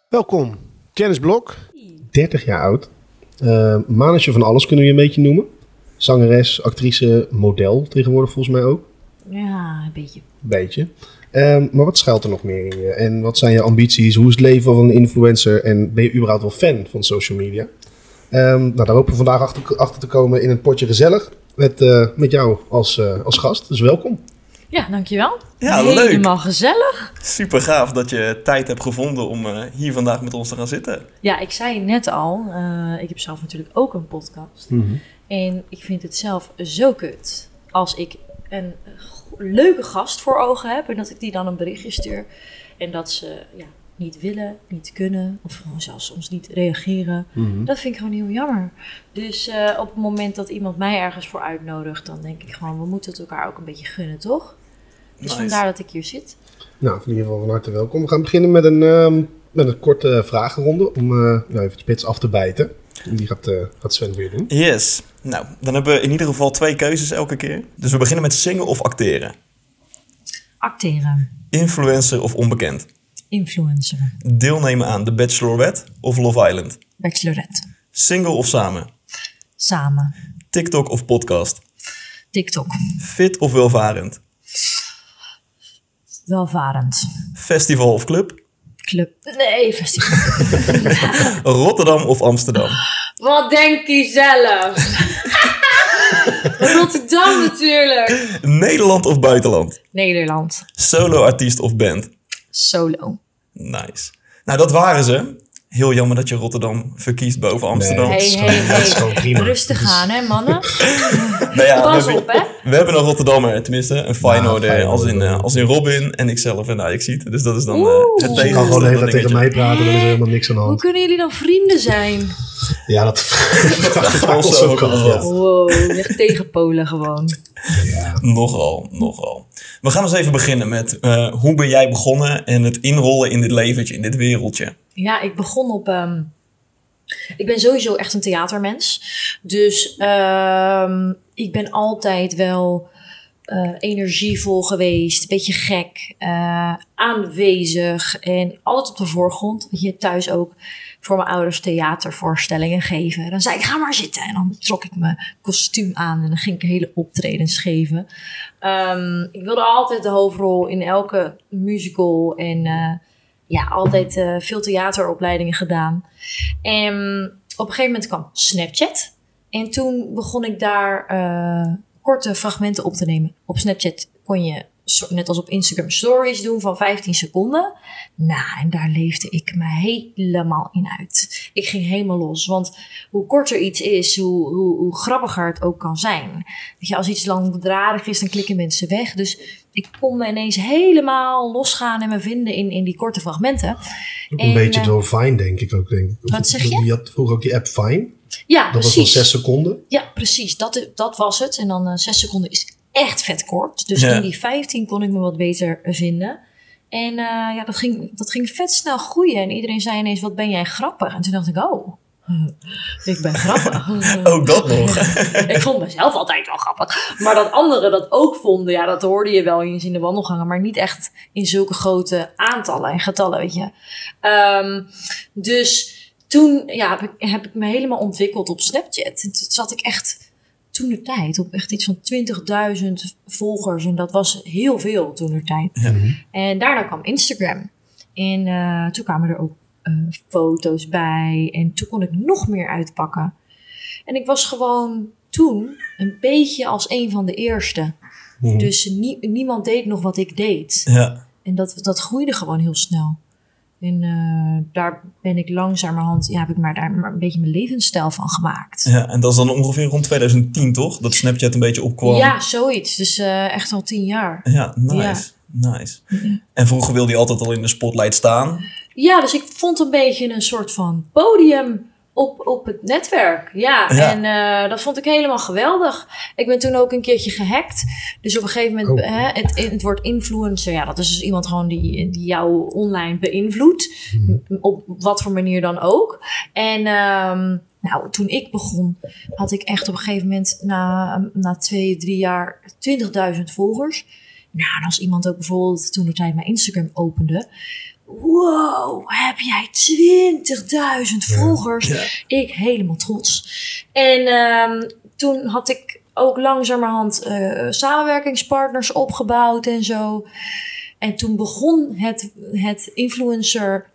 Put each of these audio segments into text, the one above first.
Welkom, Janice Blok. 30 jaar oud. Manager van alles kunnen we je een beetje noemen. Zangeres, actrice, model tegenwoordig volgens mij ook. Ja, een beetje. Beetje. Maar wat schuilt er nog meer in je? En wat zijn je ambities? Hoe is het leven van een influencer? En ben je überhaupt wel fan van social media? Daar hopen we vandaag achter te komen in een potje gezellig. Met jou als gast. Dus welkom. Ja, dankjewel. Ja, Helemaal leuk. Gezellig. Super gaaf dat je tijd hebt gevonden om hier vandaag met ons te gaan zitten. Ja, ik zei net al, ik heb zelf natuurlijk ook een podcast. Mm-hmm. En ik vind het zelf zo kut als ik een leuke gast voor ogen heb en dat ik die dan een berichtje stuur. En dat ze niet willen, niet kunnen of gewoon zelfs soms niet reageren. Mm-hmm. Dat vind ik gewoon heel jammer. Dus op het moment dat iemand mij ergens voor uitnodigt, dan denk ik gewoon, we moeten het elkaar ook een beetje gunnen, toch? Dus Nice. vandaar dat ik hier zit. Nou, in ieder geval van harte welkom. We gaan beginnen met een korte vragenronde om even de spits af te bijten. En die gaat Sven weer doen. Yes. Nou, dan hebben we in ieder geval 2 keuzes elke keer. Dus we beginnen met zingen of acteren. Acteren. Influencer of onbekend. Influencer. Deelnemen aan The Bachelorette of Love Island. Bachelorette. Single of samen. Samen. TikTok of podcast. TikTok. Fit of welvarend. Welvarend. Festival of club. Club. Nee, festival. Rotterdam of Amsterdam. Wat denkt hij zelf? Rotterdam natuurlijk. Nederland of buitenland. Nederland. Solo-artiest of band. Solo. Nice. Nou, dat waren ze. Heel jammer dat je Rotterdam verkiest boven Amsterdam. Nee. Dat is gewoon prima. Rustig aan, hè, mannen? Nou ja, Pas we, op, hè? we hebben een Rotterdammer, tenminste. Een Feyenoorder Feyenoorder. als in Robin en ikzelf en Ajaxiet. Dus dat is dan Oeh. het Je Je kan gewoon de hele tegenstelde tijd tegen dingetje. mij praten, dan is er helemaal niks aan de Hoe hand. kunnen jullie dan vrienden zijn? Ja, dat vraag ik ons ons ook ook af. al Ja. Wow, echt tegenpolen gewoon. Nogal. We gaan eens even beginnen met hoe ben jij begonnen en het inrollen in dit leventje, in dit wereldje. Ja, ik begon op... Ik ben sowieso echt een theatermens. Dus ik ben altijd wel energievol geweest. Een beetje gek. Aanwezig. En altijd op de voorgrond. Dat je thuis ook voor mijn ouders theatervoorstellingen geven. Dan zei ik, ga maar zitten. En dan trok ik mijn kostuum aan. En dan ging ik hele optredens geven. Ik wilde altijd de hoofdrol in elke musical. En... altijd veel theateropleidingen gedaan. En op een gegeven moment kwam Snapchat. En toen begon ik daar korte fragmenten op te nemen. Op Snapchat kon je, net als op Instagram, stories doen van 15 seconden. Nou, en daar leefde ik me helemaal in uit. Ik ging helemaal los. Want hoe korter iets is, hoe grappiger het ook kan zijn. Weet je, als iets langdradig is, dan klikken mensen weg. Dus ik kon me ineens helemaal losgaan en me vinden in die korte fragmenten. Ook een beetje door Vine, denk ik ook. Wat zeg je? Je had vroeger ook die app Vine. Ja, Dat was precies. dan 6 seconden. Ja, precies. Dat was het. En dan 6 seconden is echt vet kort. Dus Ja. in die 15 kon ik me wat beter vinden. En dat ging vet snel groeien. En iedereen zei ineens, wat ben jij grappig? En toen dacht ik, ik ben grappig. Ook dat nog. Ik vond mezelf altijd wel grappig. Maar dat anderen dat ook vonden, ja, dat hoorde je wel eens in de wandelgangen. Maar niet echt in zulke grote aantallen en getallen, weet je. Dus toen heb ik me helemaal ontwikkeld op Snapchat. En toen zat ik echt toentertijd op echt iets van 20.000 volgers. En dat was heel veel toentertijd. Ja. En daarna kwam Instagram. En toen kwamen er ook foto's bij. En toen kon ik nog meer uitpakken. En ik was gewoon toen een beetje als een van de eerste. Mhm. Dus niemand deed nog wat ik deed. Ja. En dat groeide gewoon heel snel. En daar ben ik langzamerhand, heb ik daar maar een beetje mijn levensstijl van gemaakt. Ja, en dat is dan ongeveer rond 2010, toch? Dat Snapchat een beetje opkwam. Ja, zoiets. Dus echt al 10 jaar. Ja, nice. Nice. En vroeger wilde je altijd al in de spotlight staan. Ja, dus ik vond een beetje een soort van podium op het netwerk. Ja. En dat vond ik helemaal geweldig. Ik ben toen ook een keertje gehackt. Dus op een gegeven moment, het woord influencer, ja, dat is dus iemand gewoon die jou online beïnvloedt. Op wat voor manier dan ook. En toen ik begon, had ik echt op een gegeven moment na 2-3 jaar 20.000 volgers. Nou, en als iemand ook bijvoorbeeld toen de tijd mijn Instagram opende, wow, heb jij 20.000 volgers? Ja. Ik helemaal trots. En toen had ik ook langzamerhand samenwerkingspartners opgebouwd en zo. En toen begon het influencer,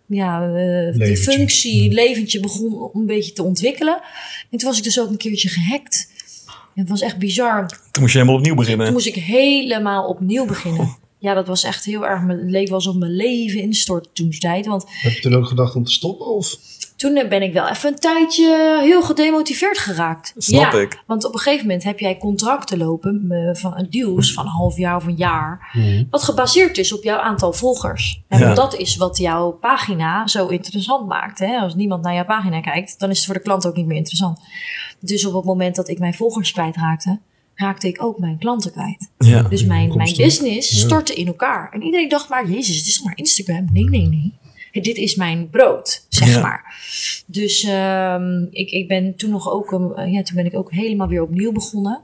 de functie, leventje begon een beetje te ontwikkelen. En toen was ik dus ook een keertje gehackt. En het was echt bizar. Toen moest je helemaal opnieuw beginnen. Toen moest ik helemaal opnieuw beginnen. Ja, dat was echt heel erg, het leek alsof mijn leven instortte toen die tijd. Want Heb je toen ook gedacht om te stoppen? Of? toen ben ik wel even een tijdje heel gedemotiveerd geraakt. Snap ik. Want op een gegeven moment heb jij contracten lopen van deals van een half jaar of een jaar. Wat gebaseerd is op jouw aantal volgers. En Ja. dat is wat jouw pagina zo interessant maakt. Hè? Als niemand naar jouw pagina kijkt, dan is het voor de klant ook niet meer interessant. Dus op het moment dat ik mijn volgers kwijtraakte, raakte ik ook mijn klanten kwijt. Ja. Dus mijn Komstig. business stortte in elkaar. En iedereen dacht maar, jezus, het is toch maar Instagram? Nee. Dit is mijn brood, zeg Ja. maar. Dus ik ben toen nog ook, toen ben ik ook helemaal weer opnieuw begonnen.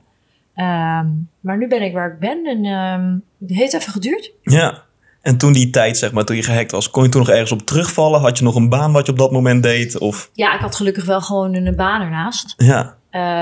Maar nu ben ik waar ik ben en het heeft even geduurd. Ja. En toen die tijd, zeg maar, toen je gehackt was, kon je toen nog ergens op terugvallen? Had je nog een baan wat je op dat moment deed? Of Ja, ik had gelukkig wel gewoon een baan ernaast. ja,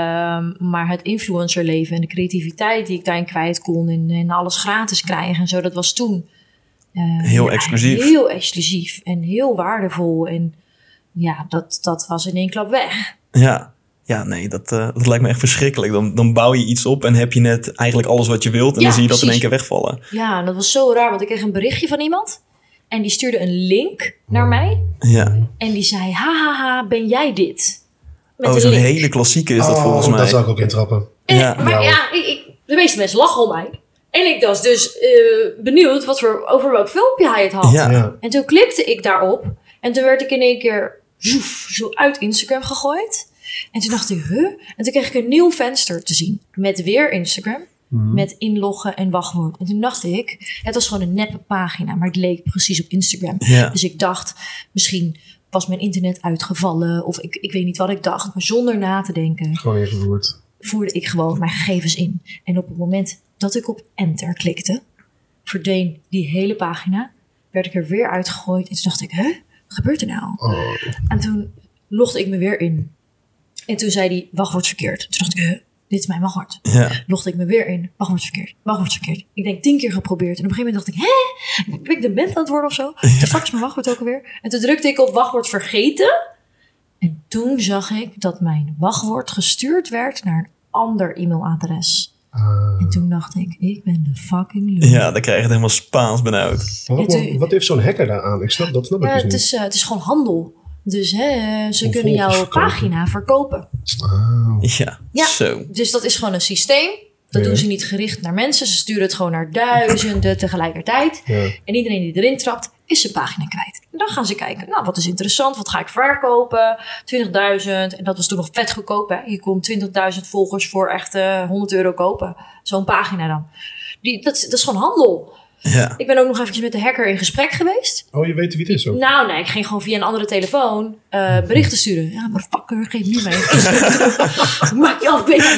Maar het influencerleven en de creativiteit die ik daarin kwijt kon en alles gratis krijgen en zo, dat was toen heel exclusief. Heel exclusief en heel waardevol. En ja, dat was in één klap weg. Ja. Ja, nee, dat lijkt me echt verschrikkelijk. Dan bouw je iets op en heb je net eigenlijk alles wat je wilt. En Ja, dan zie je dat in één precies. keer wegvallen. Ja, en dat was zo raar, want ik kreeg een berichtje van iemand. En die stuurde een link naar mij. Ja. En die zei, hahaha, ben jij dit? Met een Zo'n link. hele klassieke is dat volgens mij. Daar zou ik ook in trappen. Ja. Maar de meeste mensen lachen om mij. En ik was dus benieuwd over welk filmpje hij het had. Ja. Ja. En toen klikte ik daarop. En toen werd ik in één keer zo uit Instagram gegooid. En toen dacht ik, En toen kreeg ik een nieuw venster te zien. Met weer Instagram. Met inloggen en wachtwoord. En toen dacht ik, het was gewoon een neppe pagina. Maar het leek precies op Instagram. Ja. Dus ik dacht, misschien was mijn internet uitgevallen. Of ik weet niet wat ik dacht. Maar zonder na te denken Gewoon ingevoerd. voerde ik gewoon mijn gegevens in. En op het moment dat ik op enter klikte, verdween die hele pagina. Werd ik er weer uitgegooid. En toen dacht ik, wat gebeurt er nou? Oh. En toen logde ik me weer in. En toen zei hij, wachtwoord verkeerd. Toen dacht ik, dit is mijn wachtwoord. Ja. Logde ik me weer in. Wachtwoord verkeerd. Wachtwoord verkeerd. Ik denk 10 keer geprobeerd. En op een gegeven moment dacht ik, ben ik dement aan het worden of zo? Toen fuck is mijn wachtwoord ook alweer. En toen drukte ik op wachtwoord vergeten. En toen zag ik dat mijn wachtwoord gestuurd werd naar een ander e-mailadres. En toen dacht ik ben de fucking lul. Ja, dan krijg je het helemaal Spaans benauwd. Maar Het- wat heeft zo'n hacker daar aan? Dat snap ik Ja, dus niet. het is gewoon handel. Dus ze Om kunnen jouw volgers verkopen. pagina verkopen. Ja, Ja. zo. Dus dat is gewoon een systeem. Dat Ja. doen ze niet gericht naar mensen. Ze sturen het gewoon naar duizenden tegelijkertijd. Ja. En iedereen die erin trapt, is zijn pagina kwijt. En dan gaan ze kijken, nou, wat is interessant? Wat ga ik verkopen? 20.000. En dat was toen nog vet goedkoop, hè? Je kon 20.000 volgers voor echt €100 kopen. Zo'n pagina dan. Dat is gewoon handel. Ja. Ik ben ook nog eventjes met de hacker in gesprek geweest. Oh, je weet wie het is ook. Nou, nee, ik ging gewoon via een andere telefoon berichten sturen. Ja, maar fucker, geef nu mijn maak je af, baby.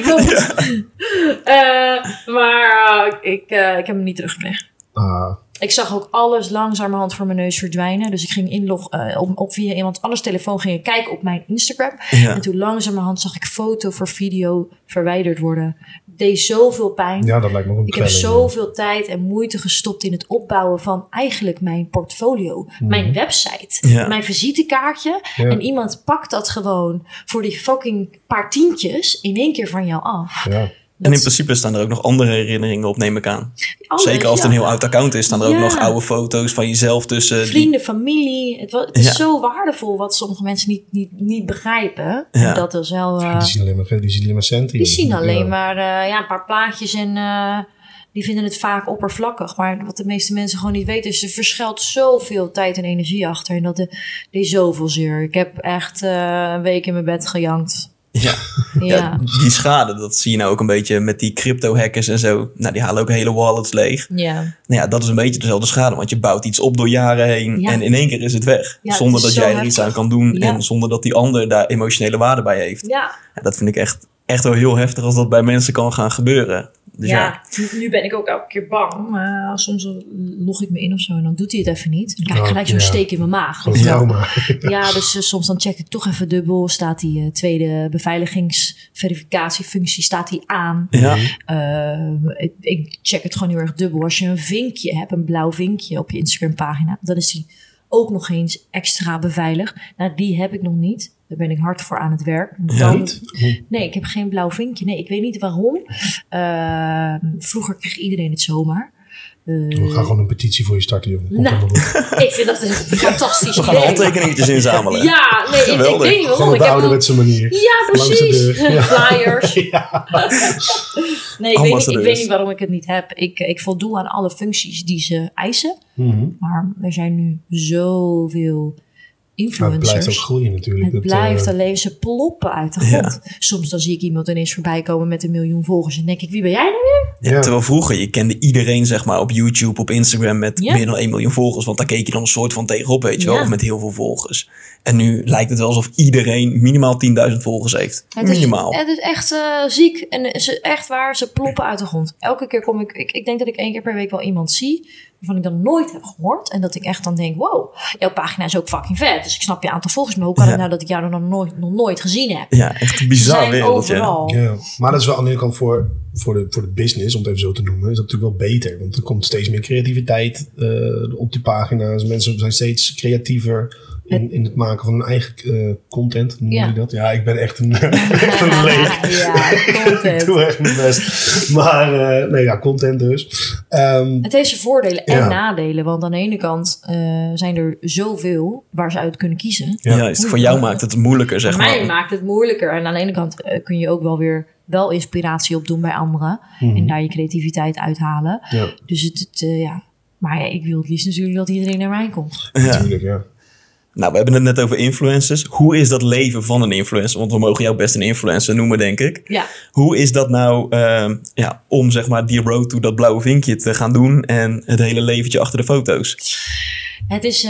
Ik heb hem niet teruggekregen. Ah, Ik zag ook alles langzamerhand voor mijn neus verdwijnen. Dus ik ging inloggen op via iemand anders telefoon ging ik kijken op mijn Instagram. Ja. En toen langzamerhand zag ik foto voor video verwijderd worden. Deed zoveel pijn. ja, dat lijkt me ook een Ik heb kwelling. zoveel tijd en moeite gestopt in het opbouwen van eigenlijk mijn portfolio. Mijn website, Ja. mijn visitekaartje. Ja. En iemand pakt dat gewoon voor die fucking paar tientjes in één keer van jou af. Ja. En in principe staan er ook nog andere herinneringen op, neem ik aan. Alles, Zeker als het een ja. heel oud account is, staan er ook Ja. nog oude foto's van jezelf tussen. Vrienden, familie. Het is Ja. zo waardevol wat sommige mensen niet begrijpen. Ja. En dat is wel... Die zien alleen maar centen. die zien alleen Ja. maar een paar plaatjes en die vinden het vaak oppervlakkig. Maar wat de meeste mensen gewoon niet weten is, er verschilt zoveel tijd en energie achter. En dat deed zoveel zeer. Ik heb echt een week in mijn bed gejankt. Ja. Ja. Ja, die schade, dat zie je nou ook een beetje met die crypto-hackers en zo. Nou, die halen ook hele wallets leeg. Ja. Nou ja, dat is een beetje dezelfde schade, want je bouwt iets op door jaren heen Ja. en in één keer is het weg. Ja, Zonder het dat is zo jij er iets heftig. aan kan doen Ja. en zonder dat die ander daar emotionele waarde bij heeft. Ja. Ja, dat vind ik echt wel heel heftig als dat bij mensen kan gaan gebeuren. Dus nu ben ik ook elke keer bang. Soms log ik me in of zo en dan doet hij het even niet. Dan krijg ik gelijk zo'n steek in mijn maag. Gewoon trauma. Ja, dus soms dan check ik toch even dubbel. Staat die tweede beveiligingsverificatiefunctie staat die aan? Ja. Ik check het gewoon heel erg dubbel. Als je een vinkje hebt, een blauw vinkje op je Instagram pagina, dan is die ook nog eens extra beveiligd. Nou, die heb ik nog niet. Daar ben ik hard voor aan het werk. Nee, ik heb geen blauw vinkje. Nee, ik weet niet waarom. Vroeger kreeg iedereen het zomaar. We gaan gewoon een petitie voor je starten, jongen. Ik vind dat een fantastisch idee. We gaan handtekeningen inzamelen. Ja, nee, ik weet niet waarom. Gewoon op de ouderwetse manier. Ja, precies. Flyers. Ja. Nee, ik weet niet waarom ik het niet heb. Ik voldoe aan alle functies die ze eisen. Mm-hmm. Maar er zijn nu zoveel influencers. Maar het blijft ook groeien natuurlijk. Het blijft alleen, ze ploppen uit de grond. Ja. Soms dan zie ik iemand ineens voorbij komen met 1 miljoen volgers. En denk ik, wie ben jij nou weer? Ja, terwijl vroeger, je kende iedereen zeg maar op YouTube, op Instagram met meer dan 1 miljoen volgers. Want daar keek je dan een soort van tegenop, weet je wel. Of met heel veel volgers. En nu lijkt het wel alsof iedereen minimaal 10.000 volgers heeft. Minimaal. Het is echt ziek. En echt waar, ze ploppen uit de grond. Elke keer kom ik denk dat ik 1 keer per week wel iemand zie waarvan ik dan nooit heb gehoord. En dat ik echt dan denk, wow, jouw pagina is ook fucking vet. Dus ik snap je aantal volgers. Maar hoe kan het nou dat ik jou nog nooit gezien heb? Ja, echt bizar weer. Overal. Ja. Maar dat is wel aan de ene kant voor de business, om het even zo te noemen, is dat natuurlijk wel beter. Want er komt steeds meer creativiteit op die pagina's. Mensen zijn steeds creatiever in het maken van hun eigen content. Noem je dat? Ja, ik ben echt een leek. Content. Ik doe echt mijn best. Maar content dus. Het heeft zijn voordelen en nadelen. Want aan de ene kant zijn er zoveel waar ze uit kunnen kiezen. Ja, voor jou maakt het moeilijker, zeg maar. Voor mij maakt het moeilijker. En aan de ene kant kun je ook wel inspiratie opdoen bij anderen. Mm-hmm. En daar je creativiteit uithalen. Ja. Dus maar ik wil het liefst natuurlijk dat iedereen naar mij komt. Ja. Natuurlijk, ja. Nou, we hebben het net over influencers. Hoe is dat leven van een influencer? Want we mogen jou best een influencer noemen, denk ik. Ja. Hoe is dat nou om zeg maar die road to dat blauwe vinkje te gaan doen en het hele leventje achter de foto's? Het is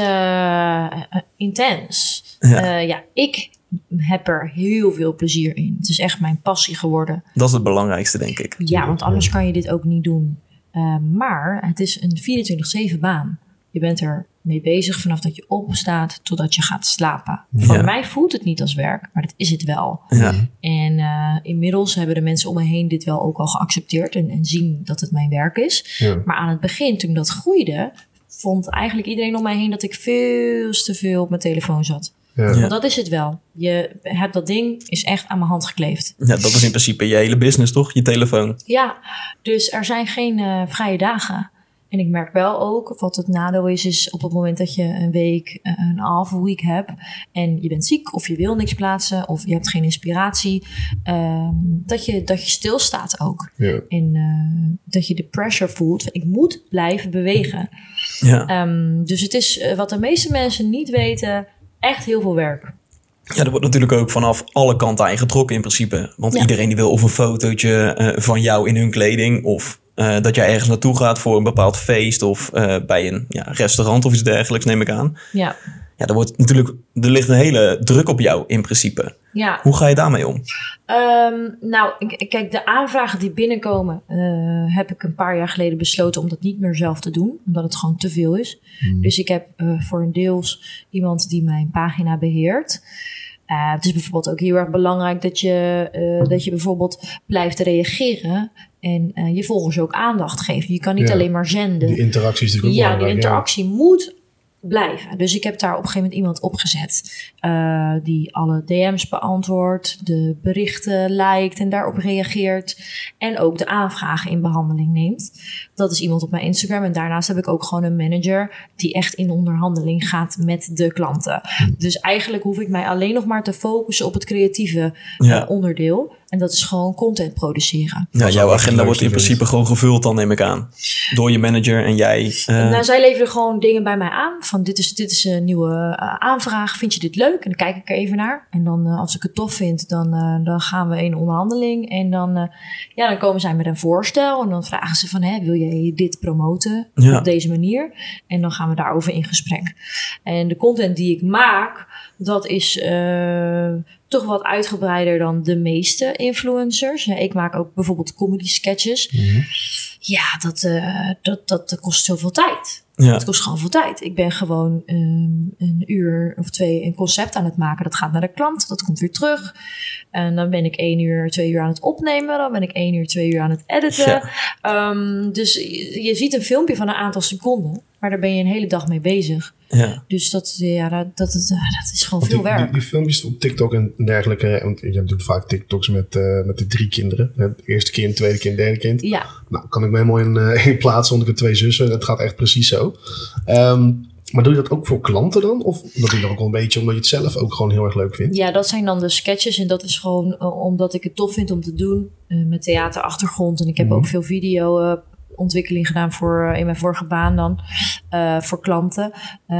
intens. Ik heb er heel veel plezier in. Het is echt mijn passie geworden. Dat is het belangrijkste, denk ik. Ja, want anders kan je dit ook niet doen. Maar het is een 24/7 baan. Je bent er mee bezig vanaf dat je opstaat totdat je gaat slapen. Ja. Voor mij voelt het niet als werk, maar dat is het wel. Ja. En inmiddels hebben de mensen om me heen dit wel ook al geaccepteerd en zien dat het mijn werk is. Ja. Maar aan het begin, toen dat groeide, vond eigenlijk iedereen om mij heen dat ik veel te veel op mijn telefoon zat. Ja. Want dat is het wel. Je hebt dat ding, is echt aan mijn hand gekleefd. Ja, dat is in principe je hele business, toch? Je telefoon. Ja, dus er zijn geen vrije dagen. En ik merk wel ook, wat het nadeel is op het moment dat je een week, een half week hebt en je bent ziek of je wil niks plaatsen of je hebt geen inspiratie, dat je stilstaat ook. Ja. En dat je de pressure voelt, ik moet blijven bewegen. Ja. Dus het is, wat de meeste mensen niet weten, echt heel veel werk. Ja, er wordt natuurlijk ook vanaf alle kanten aan je getrokken in principe. Want iedereen die wil of een fotootje van jou in hun kleding of dat jij ergens naartoe gaat voor een bepaald feest of bij een restaurant of iets dergelijks, neem ik aan. Ja. Ja, er ligt een hele druk op jou in principe. Ja. Hoe ga je daarmee om? Kijk, de aanvragen die binnenkomen heb ik een paar jaar geleden besloten om dat niet meer zelf te doen. Omdat het gewoon te veel is. Dus ik heb voor een deels iemand die mijn pagina beheert. Het is bijvoorbeeld ook heel erg belangrijk dat je bijvoorbeeld blijft reageren en je volgers ook aandacht geven. Je kan niet alleen maar zenden. Die interactie is natuurlijk ook belangrijk. Die interactie moet blijven. Dus ik heb daar op een gegeven moment iemand opgezet die alle DM's beantwoordt, de berichten liked en daarop reageert en ook de aanvragen in behandeling neemt. Dat is iemand op mijn Instagram en daarnaast heb ik ook gewoon een manager die echt in onderhandeling gaat met de klanten. Dus eigenlijk hoef ik mij alleen nog maar te focussen op het creatieve onderdeel. En dat is gewoon content produceren. Ja, jouw agenda wordt in principe gewoon gevuld dan, neem ik aan. Door je manager en jij. Zij leveren gewoon dingen bij mij aan. Van dit is een nieuwe aanvraag. Vind je dit leuk? En dan kijk ik er even naar. En dan als ik het tof vind, dan gaan we in onderhandeling. En dan komen zij met een voorstel. En dan vragen ze van, wil jij dit promoten op deze manier? En dan gaan we daarover in gesprek. En de content die ik maak, dat is toch wat uitgebreider dan de meeste influencers. Ja, ik maak ook bijvoorbeeld comedy sketches. Ja, dat kost zoveel tijd. Ja. Het kost gewoon veel tijd. Ik ben gewoon een uur of 2 een concept aan het maken. Dat gaat naar de klant, dat komt weer terug. En dan ben ik 1 uur, 2 uur aan het opnemen. Dan ben ik 1 uur, 2 uur aan het editen. Ja. Dus je ziet een filmpje van een aantal seconden. Maar daar ben je een hele dag mee bezig. Ja. Dus dat is gewoon veel werk. Die filmpjes op TikTok en dergelijke. Want je doet vaak TikToks met de 3 kinderen. Het eerste kind, tweede kind, derde kind. Ja. Nou, kan ik me helemaal in plaatsen. Want ik heb 2 zussen. Het gaat echt precies zo. Maar doe je dat ook voor klanten dan? Of dat doe je dan ook wel een beetje omdat je het zelf ook gewoon heel erg leuk vindt? Ja, dat zijn dan de sketches. En dat is gewoon omdat ik het tof vind om te doen. Met theaterachtergrond. En ik heb ook veel video-ontwikkeling gedaan in mijn vorige baan dan. Voor klanten.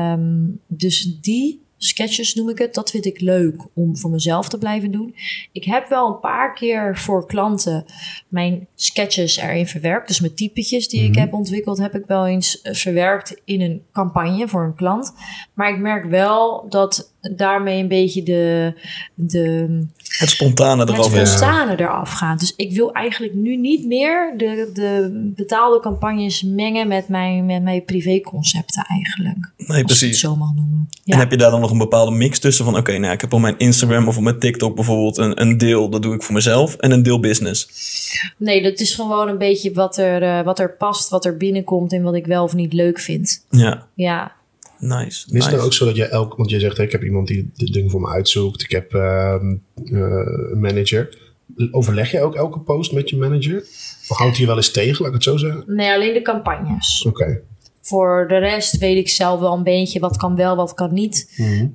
Dus die sketches noem ik het. Dat vind ik leuk om voor mezelf te blijven doen. Ik heb wel een paar keer voor klanten mijn sketches erin verwerkt. Dus mijn typetjes die ik heb ontwikkeld, heb ik wel eens verwerkt in een campagne voor een klant. Maar ik merk wel dat daarmee een beetje het spontane eraf gaat. Dus ik wil eigenlijk nu niet meer de betaalde campagnes mengen met mijn privéconcepten eigenlijk. Nee, precies. Als ik het zo mag noemen. Ja. En heb je daar dan nog een bepaalde mix tussen van oké, ik heb op mijn Instagram of op mijn TikTok bijvoorbeeld een deel, dat doe ik voor mezelf, en een deel business? Nee, dat is gewoon een beetje wat er past, wat er binnenkomt en wat ik wel of niet leuk vind. Ja. Nice. Is het nou ook zo dat jij want je zegt, ik heb iemand die dit ding voor me uitzoekt. Ik heb een manager. Overleg jij ook elke post met je manager? Of houdt hij je wel eens tegen, laat ik het zo zeggen? Nee, alleen de campagnes. Oké. Voor de rest weet ik zelf wel een beetje wat kan wel, wat kan niet.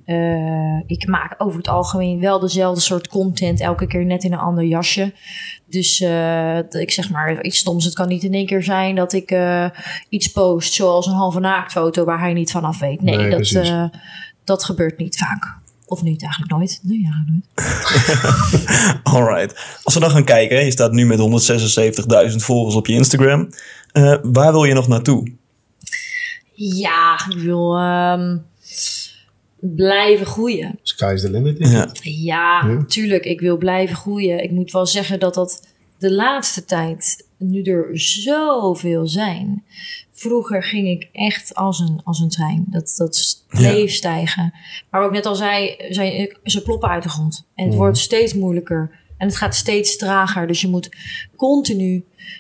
Ik maak over het algemeen wel dezelfde soort content, elke keer net in een ander jasje. Dus ik zeg maar iets stoms. Het kan niet in één keer zijn dat ik iets post zoals een halve naaktfoto waar hij niet van af weet. Nee, dat gebeurt niet vaak. Of niet, eigenlijk nooit. Nee, ja, nooit. Alright. Als we dan gaan kijken, je staat nu met 176.000 volgers op je Instagram. Waar wil je nog naartoe? Ja, ik wil blijven groeien. Sky's the limit. Ja, tuurlijk. Ik wil blijven groeien. Ik moet wel zeggen dat de laatste tijd, nu er zoveel zijn. Vroeger ging ik echt als een trein. Dat bleef stijgen. Maar ook net al zei, ze ploppen uit de grond. En het wordt steeds moeilijker. En het gaat steeds trager. Dus je moet continu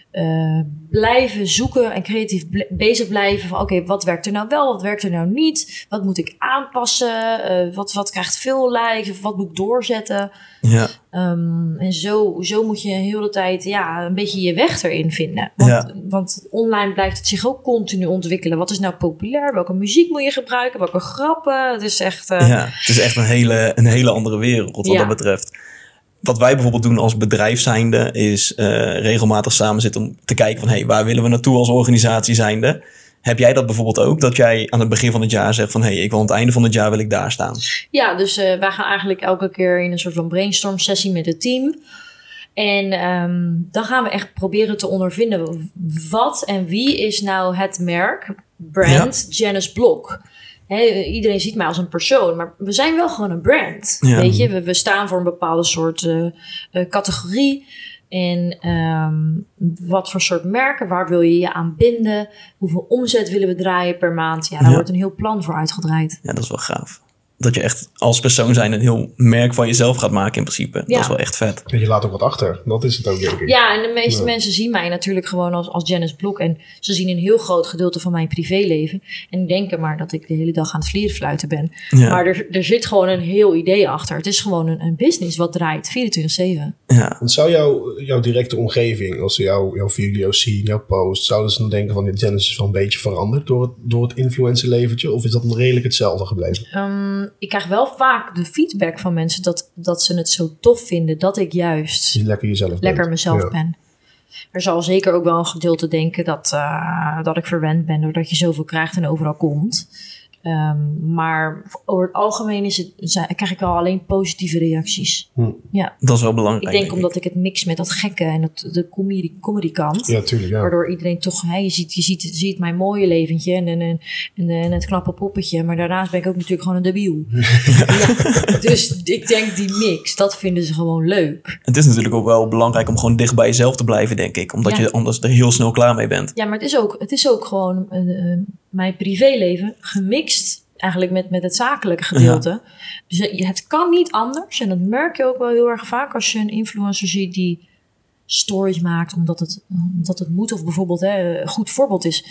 blijven zoeken en creatief bezig blijven. Van oké, wat werkt er nou wel? Wat werkt er nou niet? Wat moet ik aanpassen? Wat krijgt veel likes? Of wat moet ik doorzetten? Ja. En zo moet je de hele tijd een beetje je weg erin vinden. Want online blijft het zich ook continu ontwikkelen. Wat is nou populair? Welke muziek moet je gebruiken? Welke grappen? Het is echt... het is echt een hele andere wereld wat dat betreft. Wat wij bijvoorbeeld doen als bedrijf zijnde is regelmatig samen zitten om te kijken van waar willen we naartoe als organisatie zijnde. Heb jij dat bijvoorbeeld ook? Dat jij aan het begin van het jaar zegt van ik wil aan het einde van het jaar wil ik daar staan. Ja, dus wij gaan eigenlijk elke keer in een soort van brainstorm sessie met het team. En dan gaan we echt proberen te ondervinden wat en wie is nou het merk, brand Janice Blok. Iedereen ziet mij als een persoon, maar we zijn wel gewoon een brand. Ja. Weet je, we staan voor een bepaalde soort categorie. En wat voor soort merken, waar wil je je aan binden? Hoeveel omzet willen we draaien per maand? Daar wordt een heel plan voor uitgedraaid. Ja, dat is wel gaaf. Dat je echt als persoon zijn een heel merk van jezelf gaat maken in principe. Dat is wel echt vet. En je laat ook wat achter. Dat is het ook, denk ik. Ja, en de meeste mensen zien mij natuurlijk gewoon als Janice Blok. En ze zien een heel groot gedeelte van mijn privéleven. En denken maar dat ik de hele dag aan het vlierenfluiten ben. Ja. Maar er zit gewoon een heel idee achter. Het is gewoon een business wat draait 24/7. Ja. En zou jouw directe omgeving, als ze jouw video's zien, jouw posts, zouden ze dan denken van Janice is wel een beetje veranderd door het influencerleventje? Of is dat nog redelijk hetzelfde gebleven? Ik krijg wel vaak de feedback van mensen dat ze het zo tof vinden dat ik juist lekker mezelf ben. Er zal zeker ook wel een gedeelte denken dat ik verwend ben doordat je zoveel krijgt en overal komt. Maar over het algemeen krijg ik wel alleen positieve reacties. Ja. Dat is wel belangrijk. Ik denk omdat ik het mix met dat gekke en de comedy kant. Ja, tuurlijk. Ja. Waardoor iedereen toch, je ziet mijn mooie leventje en het knappe poppetje. Maar daarnaast ben ik ook natuurlijk gewoon een debiel. Ja. Dus ik denk die mix, dat vinden ze gewoon leuk. Het is natuurlijk ook wel belangrijk om gewoon dicht bij jezelf te blijven, denk ik. Omdat je anders er heel snel klaar mee bent. Ja, maar het is ook gewoon mijn privéleven gemixt eigenlijk met het zakelijke gedeelte. Ja. Dus het kan niet anders. En dat merk je ook wel heel erg vaak als je een influencer ziet die stories maakt omdat het moet. Of bijvoorbeeld een goed voorbeeld is.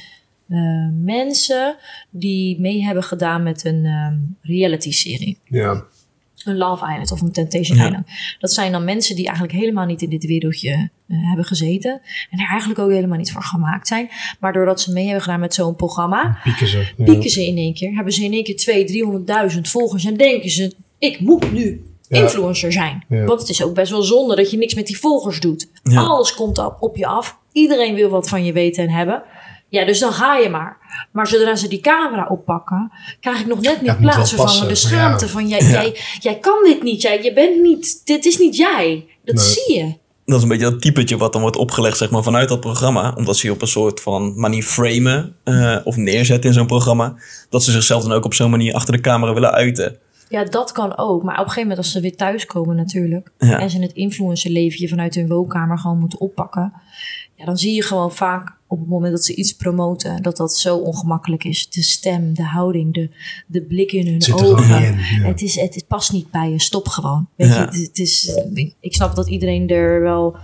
Mensen die mee hebben gedaan met een reality-serie. Ja. Een Love Island of een Temptation Island. Dat zijn dan mensen die eigenlijk helemaal niet in dit wereldje hebben gezeten. En er eigenlijk ook helemaal niet voor gemaakt zijn. Maar doordat ze mee hebben gedaan met zo'n programma, pieken ze in één keer. Hebben ze in één keer 200.000, 300.000 volgers. En denken ze, ik moet nu influencer zijn. Ja. Want het is ook best wel zonde dat je niks met die volgers doet. Ja. Alles komt op je af. Iedereen wil wat van je weten en hebben. Ja, dus dan ga je maar. Maar zodra ze die camera oppakken, krijg ik nog net niet plaatsvervangende schaamte van jij kan dit niet. Je bent niet, dit is niet jij. Dat zie je. Dat is een beetje dat typetje wat dan wordt opgelegd, zeg maar, vanuit dat programma. Omdat ze je op een soort van manier framen of neerzetten in zo'n programma. Dat ze zichzelf dan ook op zo'n manier achter de camera willen uiten. Ja, dat kan ook. Maar op een gegeven moment als ze weer thuiskomen natuurlijk. Ja. En ze het influencerleventje vanuit hun woonkamer gewoon moeten oppakken. Ja, dan zie je gewoon vaak op het moment dat ze iets promoten, dat zo ongemakkelijk is. De stem, de houding, de blik in hun ogen. Het past niet bij je. Stop gewoon. Weet je, ik snap dat iedereen er wel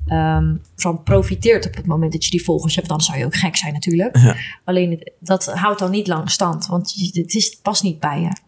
van profiteert op het moment dat je die volgers hebt. Dan zou je ook gek zijn natuurlijk. Ja. Alleen dat houdt dan niet lang stand. Want het past niet bij je.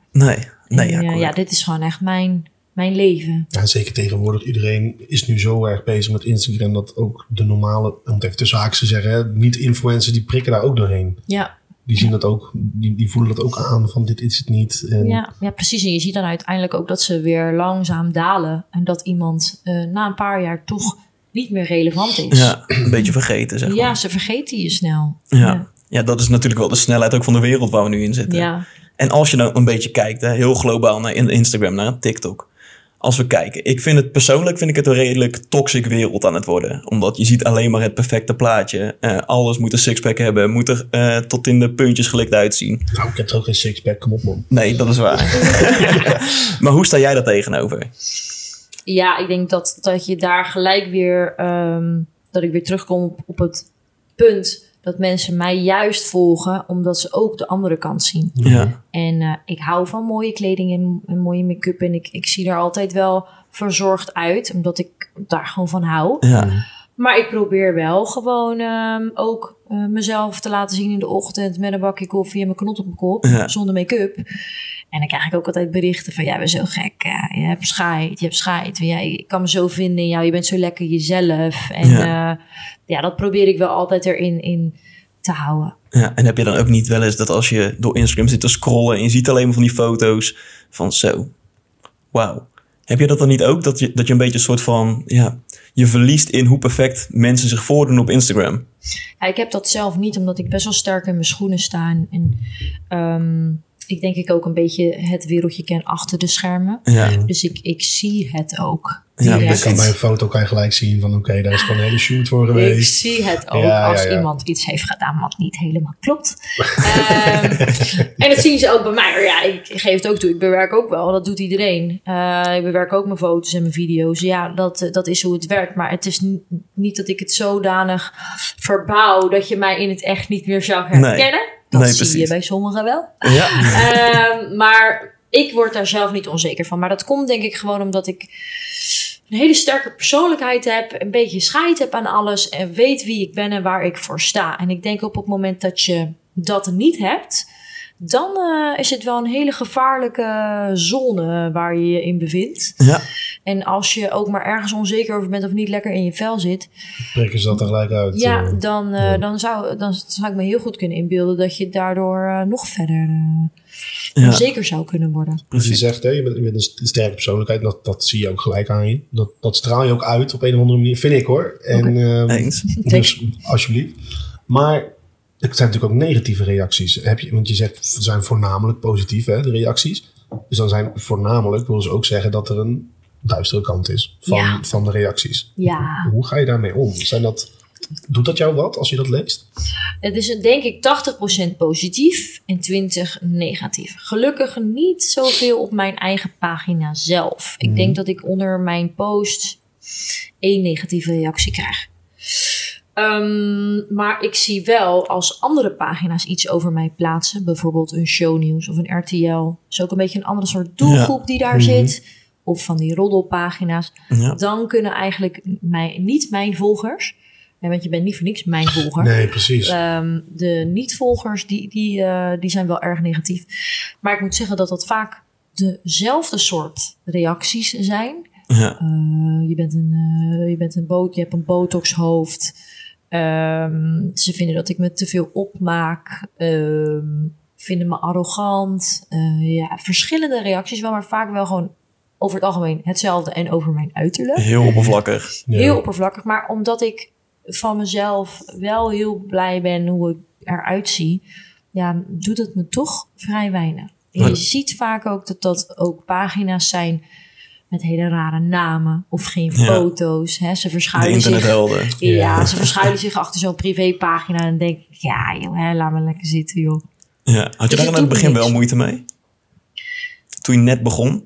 Nee. Dit is gewoon echt mijn leven. Ja, zeker tegenwoordig. Iedereen is nu zo erg bezig met Instagram dat ook de normale, om het even tussen haakjes te zeggen, niet-influencers, die prikken daar ook doorheen. Ja. Die zien dat ook, die voelen dat ook aan van dit is het niet. En ja, precies. En je ziet dan uiteindelijk ook dat ze weer langzaam dalen. En dat iemand na een paar jaar toch niet meer relevant is. Ja, een beetje vergeten, zeg maar. Ja, ze vergeten je snel. Ja, dat is natuurlijk wel de snelheid ook van de wereld waar we nu in zitten. Ja. En als je dan een beetje kijkt, heel globaal naar Instagram, naar TikTok. Als we kijken, persoonlijk vind ik het een redelijk toxic wereld aan het worden. Omdat je ziet alleen maar het perfecte plaatje. Alles moet een sixpack hebben, moet er tot in de puntjes gelikt uitzien. Nou, ik heb toch ook geen sixpack, kom op man. Nee, dat is waar. Maar hoe sta jij daar tegenover? Ja, ik denk dat je daar gelijk weer, dat ik weer terugkom op het punt dat mensen mij juist volgen, omdat ze ook de andere kant zien. Ja. En ik hou van mooie kleding en mooie make-up. En ik zie er altijd wel verzorgd uit, omdat ik daar gewoon van hou. Ja. Maar ik probeer wel gewoon ook mezelf te laten zien in de ochtend met een bakje koffie en mijn knot op mijn kop, zonder make-up. En dan krijg ik ook altijd berichten van, jij bent zo gek, je hebt scheid. Ik kan me zo vinden in jou, je bent zo lekker jezelf. En dat probeer ik wel altijd erin te houden. Ja, en heb je dan ook niet wel eens dat als je door Instagram zit te scrollen en je ziet alleen maar van die foto's van zo, wauw. Heb je dat dan niet ook, dat je een beetje een soort van, je verliest in hoe perfect mensen zich voordoen op Instagram? Ja, ik heb dat zelf niet, omdat ik best wel sterk in mijn schoenen sta. En ik denk ook een beetje het wereldje ken achter de schermen. Ja. Dus ik zie het ook. Ja, dus bij een foto kan je gelijk zien van oké, daar is gewoon een hele shoot voor geweest. Ik zie het ook als iemand iets heeft gedaan wat niet helemaal klopt. En dat zien ze ook bij mij. Ja, ik geef het ook toe. Ik bewerk ook wel. Dat doet iedereen. Ik bewerk ook mijn foto's en mijn video's. Ja, dat is hoe het werkt. Maar het is niet dat ik het zodanig verbouw dat je mij in het echt niet meer zou herkennen. Dat zie precies. Je bij sommigen wel. Ja. Maar ik word daar zelf niet onzeker van. Maar dat komt denk ik gewoon omdat ik een hele sterke persoonlijkheid heb. Een beetje scheid heb aan alles. En weet wie ik ben en waar ik voor sta. En ik denk op het moment dat je dat niet hebt, dan is het wel een hele gevaarlijke zone waar je je in bevindt. Ja. En als je ook maar ergens onzeker over bent of niet lekker in je vel zit, prikken ze dat er gelijk uit. Ja, dan zou ik me heel goed kunnen inbeelden dat je daardoor nog verder onzeker zou kunnen worden. Dus je zegt, je bent een sterke persoonlijkheid. Dat zie je ook gelijk aan je. Dat straal je ook uit op een of andere manier. Vind ik hoor. En, eens. Dus alsjeblieft. Maar Er zijn natuurlijk ook negatieve reacties. Want je zegt, ze zijn voornamelijk positief, hè, de reacties. Dus dan zijn voornamelijk, wil ze ook zeggen dat er een duistere kant is van de reacties. Ja. Hoe ga je daarmee om? Doet dat jou wat als je dat leest? Het is denk ik 80% positief en 20% negatief. Gelukkig niet zoveel op mijn eigen pagina zelf. Ik denk dat ik onder mijn post 1 negatieve reactie krijg. Maar ik zie wel als andere pagina's iets over mij plaatsen. Bijvoorbeeld een shownieuws of een RTL. Is ook een beetje een andere soort doelgroep die daar zit. Of van die roddelpagina's. Ja. Dan kunnen eigenlijk niet mijn volgers... want je bent niet voor niks mijn volger. Nee, precies. De niet-volgers, die zijn wel erg negatief. Maar ik moet zeggen dat dat vaak dezelfde soort reacties zijn. Ja. Je hebt een botoxhoofd. Ze vinden dat ik me te veel opmaak. Vinden me arrogant. Verschillende reacties wel, maar vaak wel gewoon over het algemeen hetzelfde en over mijn uiterlijk. Heel oppervlakkig. Ja. Heel oppervlakkig, maar omdat ik van mezelf wel heel blij ben hoe ik eruit zie, doet het me toch vrij weinig. En je ziet vaak ook dat ook pagina's zijn met hele rare namen of geen foto's. Hè. Ze verschuilen internethelden. Ze verschuilen zich achter zo'n privépagina en dan denk ik, laat me lekker zitten, joh. Ja. Had je daar in het begin wel moeite mee? Toen je net begon?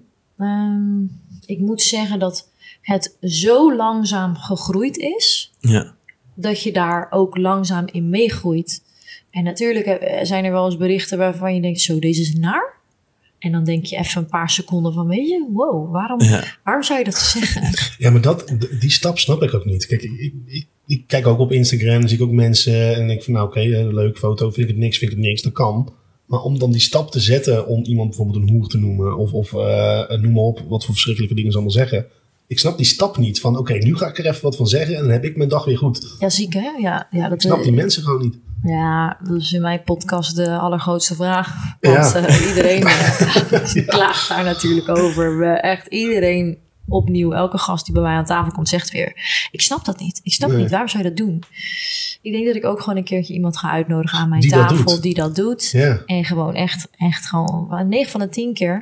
Ik moet zeggen dat het zo langzaam gegroeid is, dat je daar ook langzaam in meegroeit. En natuurlijk zijn er wel eens berichten waarvan je denkt, zo, deze is naar. En dan denk je even een paar seconden van, weet je, wow, waarom zou je dat zeggen? Ja, maar die stap snap ik ook niet. Kijk, ik kijk ook op Instagram, dan zie ik ook mensen en denk van, nou oké, leuk foto, vind ik het niks, dat kan. Maar om dan die stap te zetten om iemand bijvoorbeeld een hoer te noemen of noem maar op, wat voor verschrikkelijke dingen ze allemaal zeggen. Ik snap die stap niet van, oké, nu ga ik er even wat van zeggen en dan heb ik mijn dag weer goed. Ja, ziek hè? Ja, ik snap die mensen gewoon niet. Ja, dat is in mijn podcast de allergrootste vraag. Want iedereen klaagt daar natuurlijk over. Echt iedereen opnieuw, elke gast die bij mij aan tafel komt, zegt weer, ik snap dat niet. Ik snap niet, waarom zou je dat doen? Ik denk dat ik ook gewoon een keertje iemand ga uitnodigen aan mijn tafel die dat doet. Ja. En gewoon echt gewoon 9 van de 10 keer...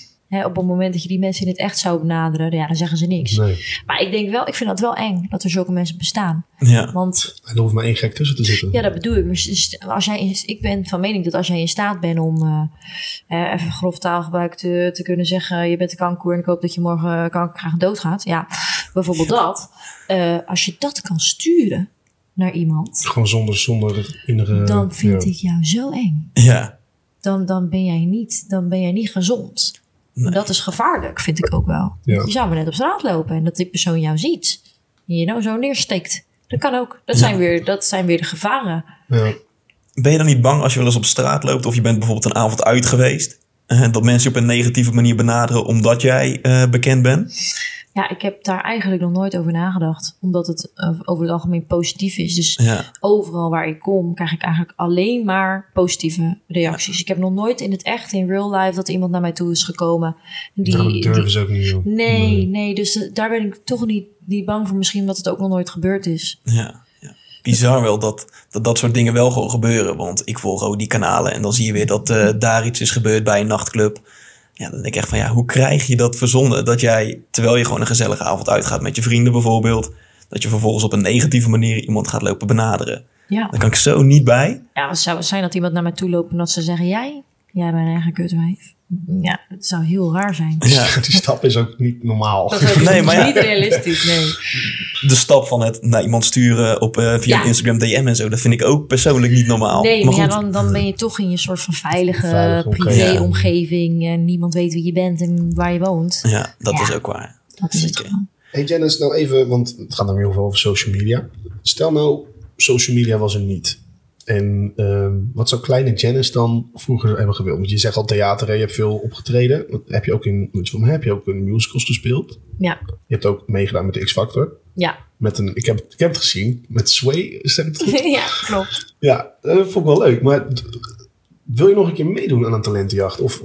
op het moment dat je die mensen in het echt zou benaderen, dan zeggen ze niks. Nee. Maar ik vind dat wel eng, dat er zulke mensen bestaan. Ja. Want er hoeft maar één gek tussen te zitten. Ja, dat bedoel ik. Maar ik ben van mening dat als jij in staat bent om even grof taalgebruik te kunnen zeggen, je bent een kanker en ik hoop dat je morgen kankergraag doodgaat. Ja, bijvoorbeeld dat. Als je dat kan sturen naar iemand. Gewoon zonder het innere... Dan vind ik jou zo eng. Ja. Dan ben jij niet gezond. Nee. Dat is gevaarlijk, vind ik ook wel. Ja. Je zou maar net op straat lopen en dat die persoon jou ziet. En je nou zo neersteekt. Dat kan ook. Dat zijn weer de gevaren. Ja. Ben je dan niet bang als je wel eens op straat loopt of je bent bijvoorbeeld een avond uit geweest, dat mensen je op een negatieve manier benaderen omdat jij bekend bent? Ja, ik heb daar eigenlijk nog nooit over nagedacht. Omdat het over het algemeen positief is. Dus overal waar ik kom, krijg ik eigenlijk alleen maar positieve reacties. Ja. Ik heb nog nooit in het echt, in real life, dat iemand naar mij toe is gekomen. Dat durven ze ook niet, joh. Nee. Dus daar ben ik toch niet bang voor. Misschien omdat het ook nog nooit gebeurd is. Ja. Bizar wel dat soort dingen wel gewoon gebeuren. Want ik volg ook die kanalen en dan zie je weer dat daar iets is gebeurd bij een nachtclub. Ja, dan denk ik echt van, hoe krijg je dat verzonnen? Dat jij, terwijl je gewoon een gezellige avond uitgaat met je vrienden bijvoorbeeld, dat je vervolgens op een negatieve manier iemand gaat lopen benaderen. Ja. Daar kan ik zo niet bij. Ja, het zou zijn dat iemand naar mij toe loopt en dat ze zeggen, jij bent een eigen kutwijf. Ja, het zou heel raar zijn. Ja. Die stap is ook niet normaal. Dat is ook niet realistisch, nee. De stap van het naar iemand sturen via Instagram DM en zo, dat vind ik ook persoonlijk niet normaal. Nee, maar dan ben je toch in je soort van veilige privé-omgeving. En niemand weet wie je bent en waar je woont. Ja, dat is ook waar. Dat is het gewoon. Hey Janice, nou even, want het gaat dan heel veel over social media. Stel nou, social media was er niet. En wat zou kleine Janice dan vroeger hebben gewild? Want je zegt al theater, je hebt veel opgetreden. Heb je ook in musicals gespeeld? Ja. Je hebt ook meegedaan met de X-Factor. Ja. Ik heb het gezien, met Sway, zeg ik het goed? Ja, klopt. Ja, dat vond ik wel leuk. Maar wil je nog een keer meedoen aan een talentenjacht? Of...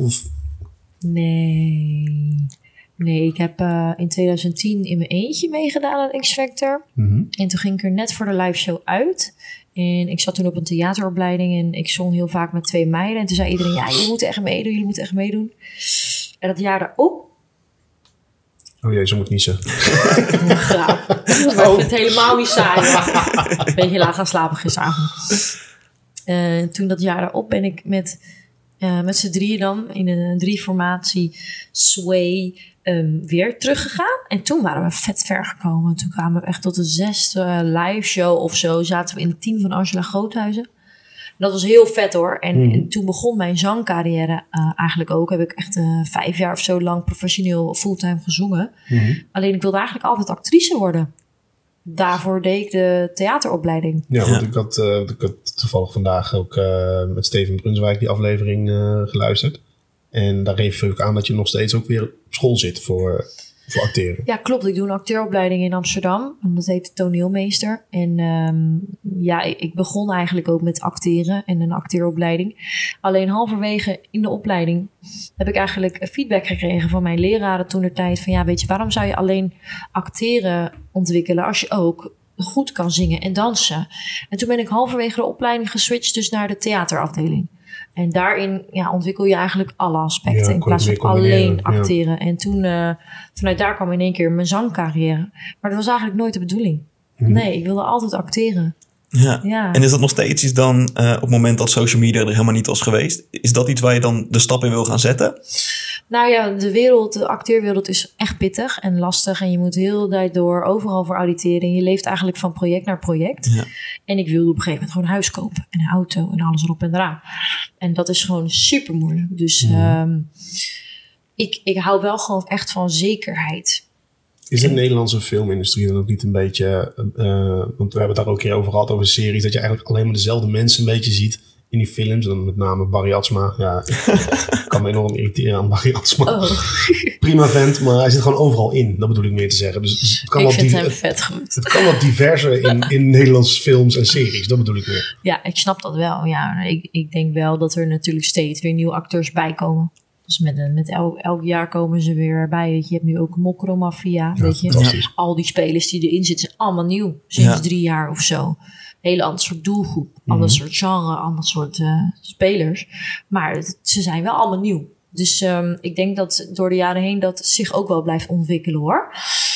Nee, ik heb in 2010 in mijn eentje meegedaan aan X-Factor. Mm-hmm. En toen ging ik er net voor de live show uit. En ik zat toen op een theateropleiding en ik zong heel vaak met 2 meiden. En toen zei iedereen, ja, jullie moeten echt meedoen. En dat jaar daarop... Oh jee, ze moet niezen. Graag. Maar ik vind het helemaal niet saai. Een beetje laat gaan slapen gisteravond. Toen dat jaar daarop ben ik met z'n drieën dan in een 3-formatie Sway weer teruggegaan. En toen waren we vet ver gekomen. Toen kwamen we echt tot de 6e live show of zo. Zaten we in het team van Angela Groothuizen. Dat was heel vet hoor. En toen begon mijn zangcarrière eigenlijk ook. Heb ik echt 5 jaar of zo lang professioneel fulltime gezongen. Alleen ik wilde eigenlijk altijd actrice worden. Daarvoor deed ik de theateropleiding. Ja, want ik had toevallig vandaag ook met Steven Brunswijk die aflevering geluisterd. En daar geef ik aan dat je nog steeds ook weer op school zit voor acteren. Ja, klopt. Ik doe een acteeropleiding in Amsterdam. En dat heet toneelmeester. En ik begon eigenlijk ook met acteren en een acteeropleiding. Alleen halverwege in de opleiding heb ik eigenlijk feedback gekregen van mijn leraren toentertijd. Van ja, weet je, waarom zou je alleen acteren ontwikkelen als je ook goed kan zingen en dansen? En toen ben ik halverwege de opleiding geswitcht dus naar de theaterafdeling. En daarin ontwikkel je eigenlijk alle aspecten in plaats van alleen acteren. Ja. En toen, vanuit daar kwam in één keer mijn zangcarrière. Maar dat was eigenlijk nooit de bedoeling. Nee, ik wilde altijd acteren. Ja. En is dat nog steeds iets dan op het moment dat social media er helemaal niet was geweest? Is dat iets waar je dan de stap in wil gaan zetten? Nou ja, de acteerwereld is echt pittig en lastig. En je moet heel de tijd door overal voor auditeren. En je leeft eigenlijk van project naar project. Ja. En ik wilde op een gegeven moment gewoon een huis kopen. En een auto en alles erop en eraan. En dat is gewoon super moeilijk. Dus ik hou wel gewoon echt van zekerheid. Is de Nederlandse filmindustrie dan ook niet een beetje... want we hebben het daar ook een keer over gehad, over series... dat je eigenlijk alleen maar dezelfde mensen een beetje ziet in die films. En dan met name Barry Atsma. Ja, ik kan me enorm irriteren aan Barry Atsma. Oh. Prima vent, maar hij zit gewoon overal in. Dat bedoel ik meer te zeggen. Dus het kan ik vind hem vet goed. Het kan wat diverser in Nederlandse films en series. Dat bedoel ik meer. Ja, ik snap dat wel. Ja, ik denk wel dat er natuurlijk steeds weer nieuwe acteurs bij komen. Dus met elk jaar komen ze weer bij. Weet je hebt nu ook Mokromafia. Ja, weet je? Al die spelers die erin zitten zijn allemaal nieuw. Sinds 3 jaar of zo. Hele ander soort doelgroep. Ander soort genre. Ander soort spelers. Maar ze zijn wel allemaal nieuw. Dus ik denk dat door de jaren heen dat zich ook wel blijft ontwikkelen hoor.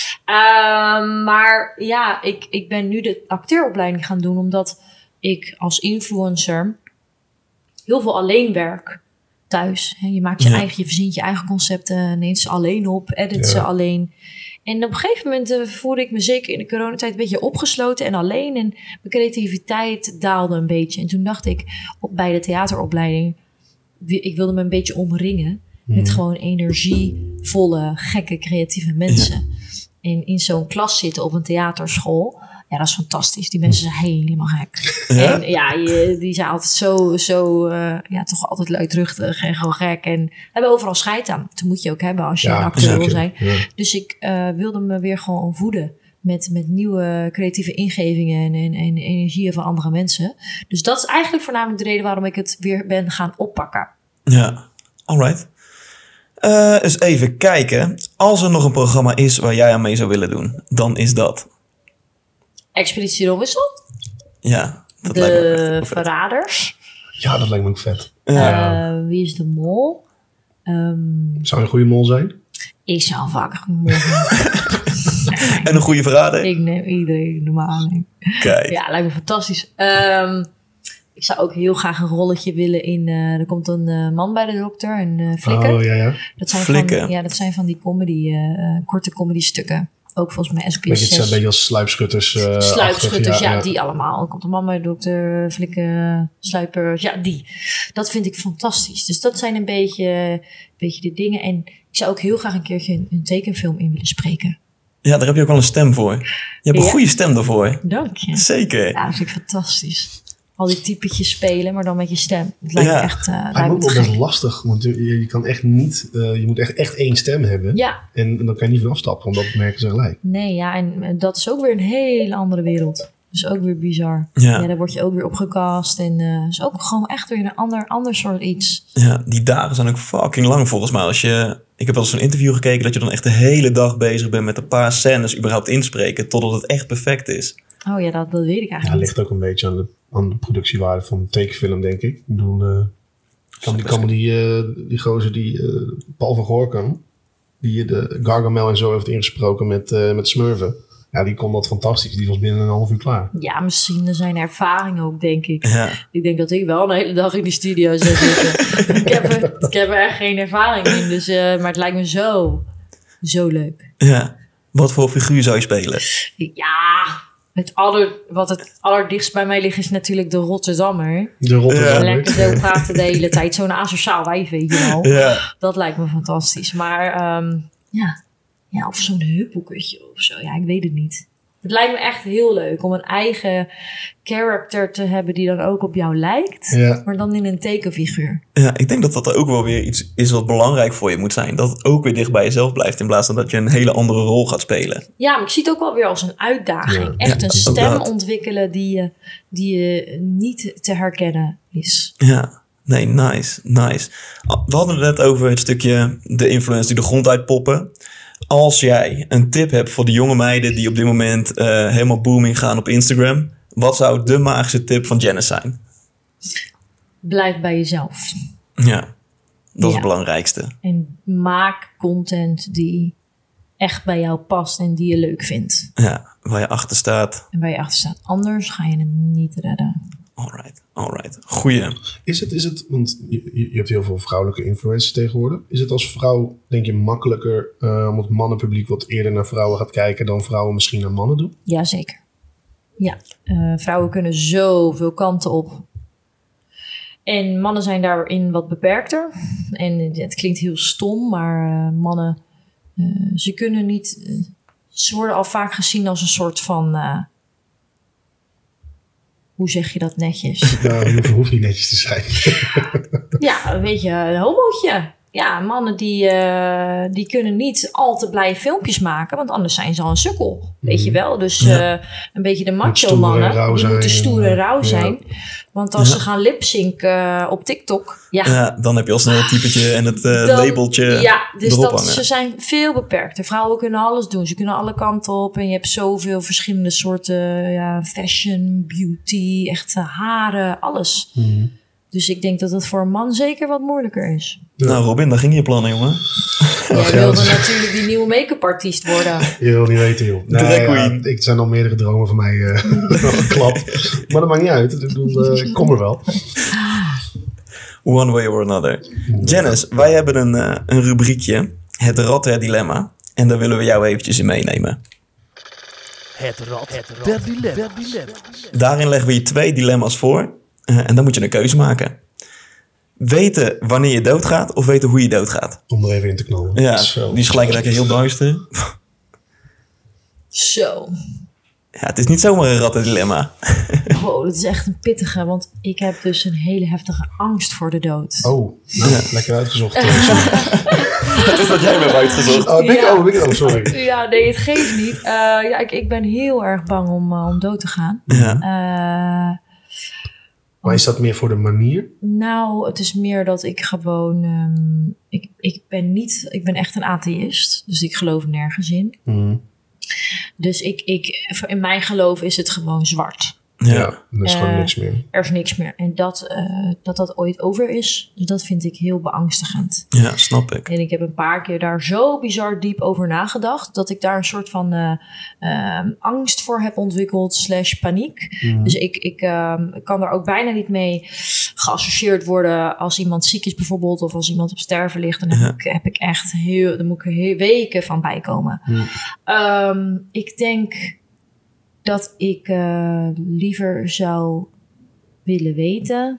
Maar ja, ik ben nu de acteeropleiding gaan doen. Omdat ik als influencer heel veel alleen werk. Thuis. Je maakt je verzint je eigen concepten, neemt ze alleen op, edit ze alleen. En op een gegeven moment voelde ik me zeker in de coronatijd een beetje opgesloten en alleen. En mijn creativiteit daalde een beetje. En toen dacht ik bij de theateropleiding, ik wilde me een beetje omringen met gewoon energievolle, gekke, creatieve mensen. Ja. En in zo'n klas zitten op een theaterschool. Ja, dat is fantastisch. Die mensen zijn helemaal gek. Ja? En die zijn altijd zo toch altijd luidruchtig en gewoon gek. En hebben overal scheid aan. Dat moet je ook hebben als je een acteur wil zijn. Ja. Dus ik wilde me weer gewoon voeden met nieuwe creatieve ingevingen en energieën van andere mensen. Dus dat is eigenlijk voornamelijk de reden waarom ik het weer ben gaan oppakken. Ja, alright. Eens even kijken. Als er nog een programma is waar jij aan mee zou willen doen, dan is dat... Expeditie Robinson? Ja. Dat de lijkt me Verraders? Ja, dat lijkt me ook vet. Wie is de mol? Zou je een goede mol zijn? Ik zou vaak een goede mol zijn. En een goede verrader? Ik neem iedereen normaal aan. Kijk. Ja, lijkt me fantastisch. Ik zou ook heel graag een rolletje willen in... er komt een man bij de dokter, een Flikker. Oh, ja. Dat zijn van die korte comedy stukken. Ook volgens mij SBS 6. Een beetje als sluipschutters. Sluipschutters, die allemaal. Er komt een man bij de dokter, Flikken, sluipers. Ja, die. Dat vind ik fantastisch. Dus dat zijn een beetje de dingen. En ik zou ook heel graag een keertje een tekenfilm in willen spreken. Ja, daar heb je ook wel een stem voor. Je hebt een goede stem daarvoor. Dank je. Zeker. Ja, dat vind ik fantastisch. Al die typetjes spelen, maar dan met je stem. Het lijkt me echt... Het moet wel best lastig, want je kan echt niet... je moet echt één stem hebben. Ja. En dan kan je niet van afstappen, omdat het merken ze gelijk. Nee, ja, en dat is ook weer een hele andere wereld. Dus ook weer bizar. Ja, daar word je ook weer opgecast. En is ook gewoon echt weer een ander soort iets. Ja, die dagen zijn ook fucking lang volgens mij. Ik heb wel eens zo'n interview gekeken dat je dan echt de hele dag bezig bent met een paar scènes überhaupt inspreken, totdat het echt perfect is. Oh ja, dat weet ik eigenlijk niet. Ja, ligt ook een beetje aan aan de productiewaarde van een tekenfilm, denk ik. Ik bedoel, die gozer Paul van Gorkum, die de Gargamel en zo heeft ingesproken met Smurfen. Ja, die kon dat fantastisch. Die was binnen een half uur klaar. Ja, misschien zijn ervaring ook, denk ik. Ja. Ik denk dat ik wel een hele dag in die studio zou zitten. ik heb er echt geen ervaring in. Dus, maar het lijkt me zo leuk. Ja. Wat voor figuur zou je spelen? Ja, wat het allerdichtst bij mij ligt is natuurlijk de Rotterdammer. De Rotterdammer. Lekker zo praten de hele tijd. Zo'n asociaal wijf, weet je wel. Ja. Dat lijkt me fantastisch. Maar ja, of zo'n huppelkutje of zo. Ja, ik weet het niet. Het lijkt me echt heel leuk om een eigen character te hebben die dan ook op jou lijkt. Ja. Maar dan in een tekenfiguur. Ja, ik denk dat dat ook wel weer iets is wat belangrijk voor je moet zijn. Dat het ook weer dicht bij jezelf blijft in plaats van dat je een hele andere rol gaat spelen. Ja, maar ik zie het ook wel weer als een uitdaging. Ja. Echt Ja, een stem inderdaad. ontwikkelen die niet te herkennen is. Ja, nee, nice. We hadden het net over het stukje de influencers die de grond uitpoppen. Als jij een tip hebt voor de jonge meiden die op dit moment helemaal booming gaan op Instagram, wat zou de magische tip van Janice zijn? Blijf bij jezelf. Ja, dat is Ja. het belangrijkste. En maak content die echt bij jou past en die je leuk vindt. Ja, waar je achter staat. En waar je achter staat. Anders ga je het niet redden. Alright. Goeie. Is het, want je hebt heel veel vrouwelijke influencers tegenwoordig. Is het als vrouw, denk je, makkelijker omdat het mannenpubliek wat eerder naar vrouwen gaat kijken dan vrouwen misschien naar mannen doen? Jazeker. Ja, vrouwen kunnen zoveel kanten op. En mannen zijn daarin wat beperkter. En het klinkt heel stom, maar mannen, ze kunnen niet... ze worden al vaak gezien als een soort van... hoe zeg je dat netjes? Ja, dat hoeft niet netjes te zijn. Ja, weet je, een homootje. Ja, mannen die kunnen niet al te blij filmpjes maken, want anders zijn ze al een sukkel. Weet je wel? Dus een beetje de macho stoer en mannen, rauw die moeten zijn. stoer en rauw Ja. zijn. Want als ze gaan lipzinken op TikTok, Ja, dan heb je al snel het typetje en het labeltje ja, dus erop hangen. ze zijn veel beperkter. Vrouwen kunnen alles doen. Ze kunnen alle kanten op. En je hebt zoveel verschillende soorten fashion, beauty, echt haren, alles. Dus ik denk dat het voor een man zeker wat moeilijker is. Nou Robin, daar ging je plannen, jongen. Jij wilde natuurlijk die nieuwe make-up artiest worden. Je wil niet weten, joh. Drag queen. Het zijn al meerdere dromen van mij geklapt. Maar dat maakt niet uit. Ik bedoel, ik kom er wel. One way or another. Janice, wij hebben een rubriekje. Het Rad der Dilemma. En daar willen we jou eventjes in meenemen. Het rad der dilemma. Daarin leggen we je 2 dilemma's voor. En dan moet je een keuze maken. Weten wanneer je doodgaat of weten hoe je doodgaat. Om er even in te knallen. Ja, Zo. die is gelijk lekker heel duister. Zo. Ja, het is niet zomaar een rattendilemma. Wow, dat is echt een pittige. Want ik heb dus een hele heftige angst voor de dood. Oh, nou, lekker uitgezocht. Het is dat jij me hebt uitgezocht. Sorry. Ja, nee, het geeft niet. Ik ben heel erg bang om dood te gaan. Ja. Maar is dat meer voor de manier? Nou, het is meer dat ik gewoon... ik ben echt een atheïst. Dus ik geloof nergens in. Dus in mijn geloof is het gewoon zwart. Ja, dat is gewoon niks meer. Er is niks meer. En dat ooit over is, dat vind ik heel beangstigend. Ja, snap ik. En ik heb een paar keer daar zo bizar diep over nagedacht, dat ik daar een soort van angst voor heb ontwikkeld / paniek. Dus ik kan daar ook bijna niet mee geassocieerd worden als iemand ziek is bijvoorbeeld, of als iemand op sterven ligt. Dan heb ik echt dan moet ik er weken van bijkomen. Ik denk dat ik liever zou willen weten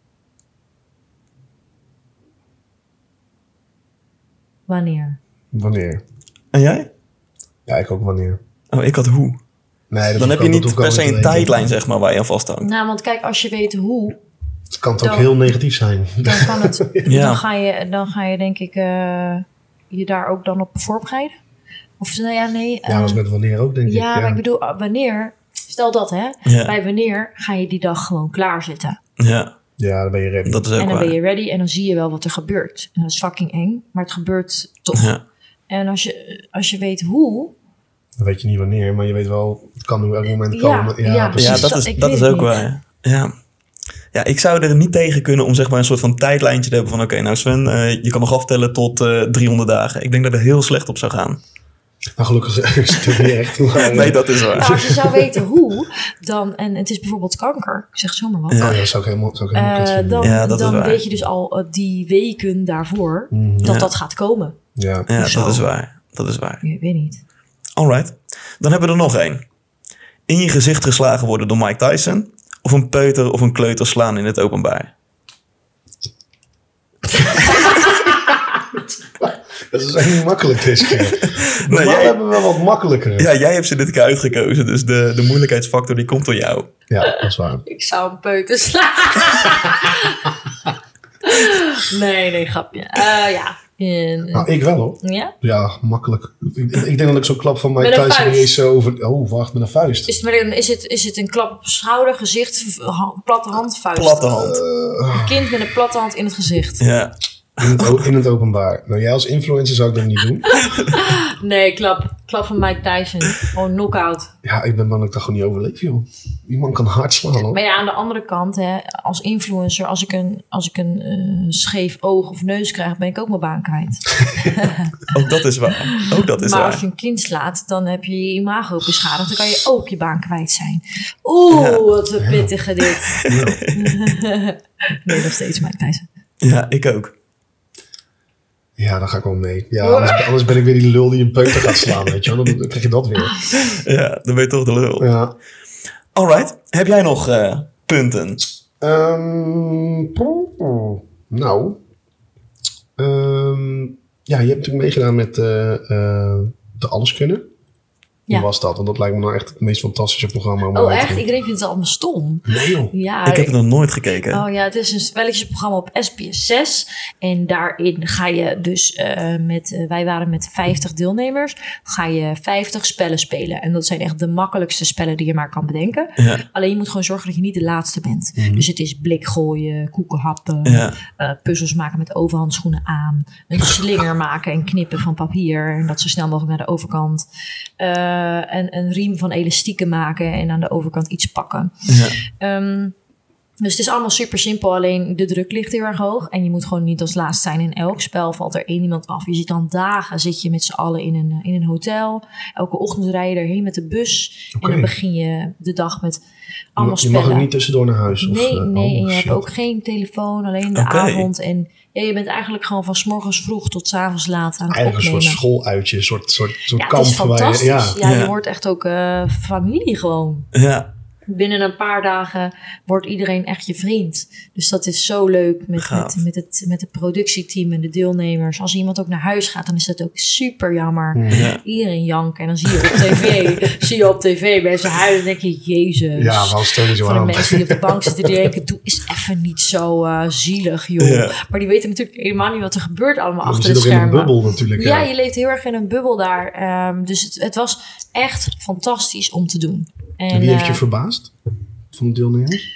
wanneer. Wanneer? En jij? Ja, ik ook wanneer. Oh, ik had hoe. Nee, dat Dan heb je dat niet hoef ik per ook se niet een te weten. tijdlijn, zeg maar, waar je aan vasthangt. Nou, want kijk, als je weet hoe, Het kan toch ook Dan- heel negatief zijn. dan kan het. Ja. dan ga je denk ik je daar ook dan op voorbereiden. Of nou ja, nee. Ja, dat is met wanneer ook, denk ik. ja, maar ik bedoel, wanneer, stel dat hè, Ja. bij wanneer ga je die dag gewoon klaarzitten. Ja, Ja, dan ben je ready. dat is ook En dan waar. ben je ready en dan zie je wel wat er gebeurt. En dat is fucking eng, maar het gebeurt toch. Ja. En als je weet hoe, Dan weet je niet wanneer, maar je weet wel, het kan nu elk moment Ja, komen. ja, precies. Ja, dat ik is weet het ook niet. waar. Ja, ik zou er niet tegen kunnen om zeg maar een soort van tijdlijntje te hebben van... Oké, nou Sven, je kan nog aftellen tot 300 dagen. Ik denk dat er heel slecht op zou gaan. Nou, gelukkig is het niet echt. Maar, Nee, dat is waar. Nou, als je zou weten hoe, dan, en het is bijvoorbeeld kanker, ik zeg zomaar wat. Oh ja, dat zou ik helemaal kut vinden. Dan, Ja, dat is dan waar. weet je dus al die weken daarvoor dat dat gaat komen. Ja. Ja, Hoezo? dat is waar. Ik weet niet. Alright. Dan hebben we er nog één. In je gezicht geslagen worden door Mike Tyson... of een peuter of een kleuter slaan in het openbaar? Dat is echt niet makkelijk deze keer. Nee, Normaal hebben we wat makkelijker. Ja, jij hebt ze dit keer uitgekozen. Dus de moeilijkheidsfactor die komt door jou. Ja, dat is waar. Ik zou een peuter slaan. nee, grapje. Ja. Nou, ik wel hoor. Ja? Ja, makkelijk. Ik denk dat ik zo'n klap van Mike Met een Tyson vuist. niet eens zo over... Oh, wacht, met een vuist. Is het een klap op schouder, gezicht, platte hand, vuist? Platte hand. Een kind met een platte hand in het gezicht. Ja. In het openbaar. Nou, jij als influencer zou ik dat niet doen. Nee, klap van Mike Tyson. Gewoon knock-out. Ja, ik ben bang dat ik dat gewoon niet overleef, joh. Die man kan hard slaan, hoor. Maar ja, aan de andere kant, hè, als influencer, als ik een scheef oog of neus krijg, ben ik ook mijn baan kwijt. Ook dat is waar. Maar als je een kind slaat, dan heb je je imago beschadigd. Dan kan je ook je baan kwijt zijn. Oeh, wat een pittige dit. Nee, nog steeds Mike Tyson. Ja, ik ook. Ja, dan ga ik wel mee. Ja, anders ben ik weer die lul die een peuter gaat slaan, weet je wel. Dan krijg je dat weer. Ja, dan ben je toch de lul. Ja. Alright. Heb jij nog punten? Nou. Ja, je hebt natuurlijk meegedaan met de Alles Kunnen. Hoe Ja. was dat? Want dat lijkt me nou echt het meest fantastische programma. Om Oh, mee te echt? doen. Iedereen vindt het allemaal stom. Nee, joh. Ja, Ik heb het nog nooit gekeken. Oh ja, het is een spelletjesprogramma op SBS 6. En daarin ga je dus wij waren met 50 deelnemers. Ga je 50 spellen spelen. En dat zijn echt de makkelijkste spellen die je maar kan bedenken. Ja. Alleen je moet gewoon zorgen dat je niet de laatste bent. Dus het is blik gooien, koeken happen, Ja. puzzels maken met overhandschoenen aan. Een slinger maken en knippen van papier. En dat zo snel mogelijk naar de overkant. Een riem van elastieken maken en aan de overkant iets pakken. Ja. Dus het is allemaal super simpel, alleen de druk ligt heel erg hoog. En je moet gewoon niet als laatste zijn. In elk spel valt er één iemand af. Je zit dan dagen, zit je met z'n allen in een hotel. Elke ochtend rij je erheen met de bus. Oké. En dan begin je de dag met allemaal Je spellen. mag ook niet tussendoor naar huis? Nee, en je hebt shit. ook geen telefoon, alleen de Oké. avond. En ja, je bent eigenlijk gewoon van 's morgens vroeg tot 's avonds laat aan het Eigenlijk een opnemen. soort schooluitje, een soort Ja, kamp. het is fantastisch. Ja, Ja. je wordt echt ook familie gewoon. Ja. Binnen een paar dagen wordt iedereen echt je vriend. Dus dat is zo leuk Gaaf. met het productieteam en de deelnemers. Als iemand ook naar huis gaat, dan is dat ook super jammer. Ja. Iedereen janken. En dan zie je op tv mensen huilen. Dan denk je, jezus. Ja, wel steun je zo Voor de aan. mensen die op de bank zitten, die denken, doe is even niet zo zielig, joh. Ja. Maar die weten natuurlijk helemaal niet wat er gebeurt allemaal Je achter zit de ook in een schermen. bubbel natuurlijk. Ja, je leeft heel erg in een bubbel daar. Dus het was echt fantastisch om te doen. En wie heeft je verbaasd van de deelnemers?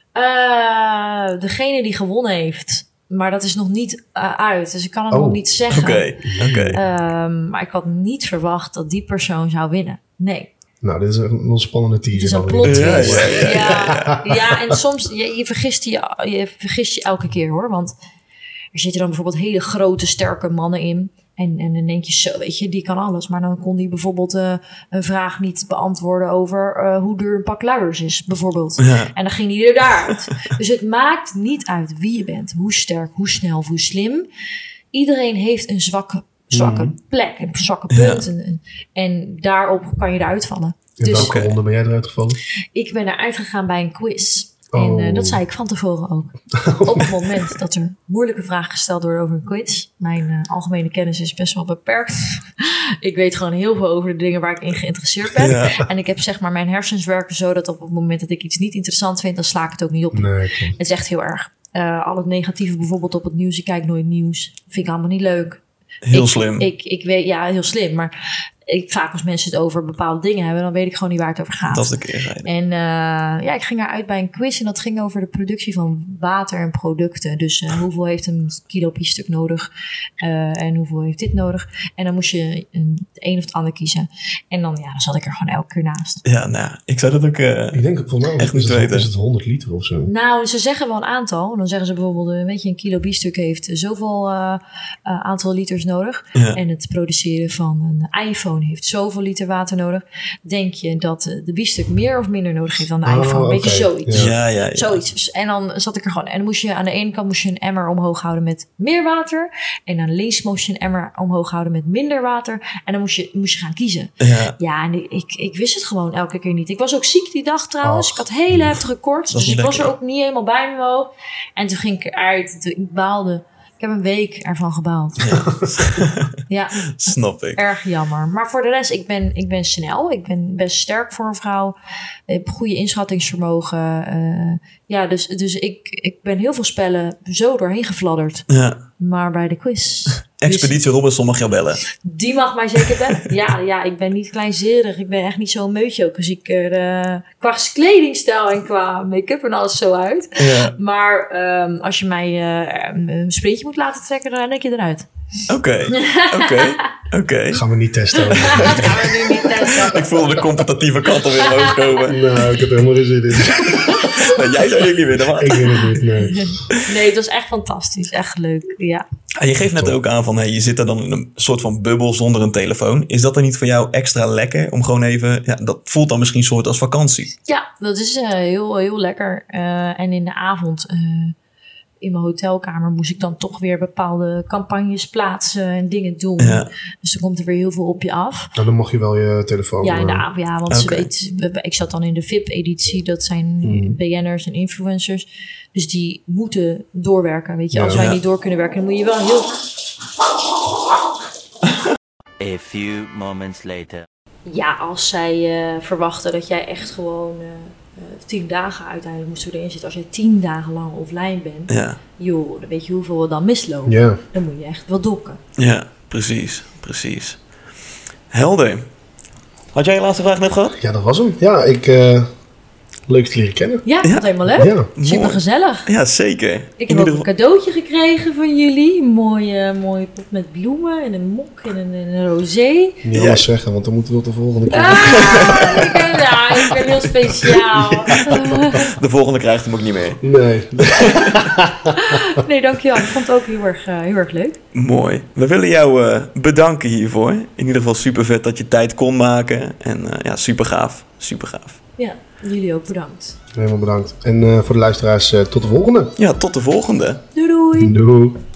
Degene die gewonnen heeft. Maar dat is nog niet uit. Dus ik kan het Oh, nog niet zeggen. Oké. Maar ik had niet verwacht dat die persoon zou winnen. Nee. Nou, dit is een spannende teaser. Het is een dan plot weer. twist. Ja. Ja, en soms je vergist je elke keer hoor. Want er zitten dan bijvoorbeeld hele grote, sterke mannen in. En dan denk je zo, weet je, die kan alles. Maar dan kon die bijvoorbeeld een vraag niet beantwoorden over hoe duur een pak luiers is, bijvoorbeeld. Ja. En dan ging die er daaruit. Dus het maakt niet uit wie je bent, hoe sterk, hoe snel, hoe slim. Iedereen heeft een zwakke plek, een zwakke punt. En daarop kan je eruit vallen. In Dus welke ronde ben jij eruit gevallen? ik ben eruit gegaan bij een quiz. Oh. En dat zei ik van tevoren ook. Op het moment dat er moeilijke vragen gesteld worden over een quiz. Mijn algemene kennis is best wel beperkt. Ik weet gewoon heel veel over de dingen waar ik in geïnteresseerd ben. Ja. En ik heb zeg maar mijn hersens werken zo dat op het moment dat ik iets niet interessant vind, dan sla ik het ook niet op. Nee, klopt. Het is echt heel erg. Al het negatieve bijvoorbeeld op het nieuws. Ik kijk nooit nieuws. Vind ik allemaal niet leuk. Heel slim. Ik weet, ja, heel slim. Maar vaak als mensen het over bepaalde dingen hebben, dan weet ik gewoon niet waar het over gaat. Dat is de keerzijde. En ik ging eruit bij een quiz en dat ging over de productie van water en producten. Dus hoeveel heeft een kilo biefstuk nodig en hoeveel heeft dit nodig. En dan moest je het een of het ander kiezen. En dan zat ik er gewoon elke keer naast. Ja, nou, ik zou dat ook Ik denk ook volgens mij echt niet weten. Is het 100 liter of zo? Nou, ze zeggen wel een aantal. Dan zeggen ze bijvoorbeeld, een kilo biefstuk heeft zoveel aantal liters nodig. Ja. En het produceren van een iPhone heeft zoveel liter water nodig. Denk je dat de biefstuk meer of minder nodig heeft dan de iPhone? Een beetje zoiets. Ja. Zoiets. En dan zat ik er gewoon. En dan moest je aan de ene kant een emmer omhoog houden met meer water. En aan links moest je een emmer omhoog houden met minder water. En dan moest je gaan kiezen. Ja. En ik wist het gewoon elke keer niet. Ik was ook ziek die dag trouwens. Ik had hele heftige koorts. Dat is Dus ik niet was er lekker. ook niet helemaal bij me. Wel. En toen ging ik eruit. Ik baalde. Ik heb een week ervan gebaald. Ja, Snap ik. erg jammer. Maar voor de rest, ik ben snel. Ik ben best sterk voor een vrouw. Ik heb goede inschattingsvermogen. Dus ik ben heel veel spellen zo doorheen gefladderd. Ja. Maar bij de quiz... Expeditie Robinson mag jou bellen. Die mag mij zeker bellen. Ja, ik ben niet kleinzerig. Ik ben echt niet zo'n meutje ook. Dus ik er qua kledingstijl en qua make-up en alles zo uit. Ja. Maar als je mij een sprintje moet laten trekken, dan ren ik je eruit. Oké. Gaan we niet testen. Dat gaan we nu niet testen. Ik voelde de competitieve kant alweer omhoog komen. Nou, ik heb er helemaal geen zin in. Nou, jij zou ik niet winnen, maar... Ik weet het niet, nee. Nee, het was echt fantastisch. Echt leuk, ja. Je geeft net ook aan van, je zit er dan in een soort van bubbel zonder een telefoon. Is dat dan niet voor jou extra lekker? Om gewoon even, dat voelt dan misschien een soort als vakantie. Ja, dat is heel, heel lekker. En in de avond in mijn hotelkamer moest ik dan toch weer bepaalde campagnes plaatsen en dingen doen. Ja. Dus dan komt er weer heel veel op je af. Nou, dan mag je wel je telefoon... Ja, in de avond, ja, want Oké. ik zat dan in de VIP-editie. Dat zijn BN'ers en influencers. Dus die moeten doorwerken, weet je. Ja. Als wij Ja. niet door kunnen werken, dan moet je wel heel... A few moments later. Ja, als zij verwachten dat jij echt gewoon 10 dagen uiteindelijk moest erin zitten. Als jij 10 dagen lang offline bent, Ja, joh, dan weet je hoeveel we dan mislopen. Ja. Dan moet je echt wel dokken. ja, precies. Helder. Had jij je laatste vraag net gehad? Ja, dat was hem. Ja, leuk te leren kennen. Ja, ik vond het helemaal leuk. Ja. Super Mooi. gezellig. Ja, zeker. Ik heb ook een cadeautje gekregen van jullie. Een mooie pot met bloemen en een mok en een rosé. Niet alles zeggen, want dan moeten we tot de volgende keer. Ik ben heel speciaal. De volgende krijgt hem ook niet meer. Nee. Nee, dankjewel. Ik vond het ook heel erg leuk. Mooi. We willen jou bedanken hiervoor. In ieder geval super vet dat je tijd kon maken. En super gaaf. Ja, jullie ook bedankt. Helemaal bedankt. En voor de luisteraars, tot de volgende. Ja, tot de volgende. Doei doei. Doei.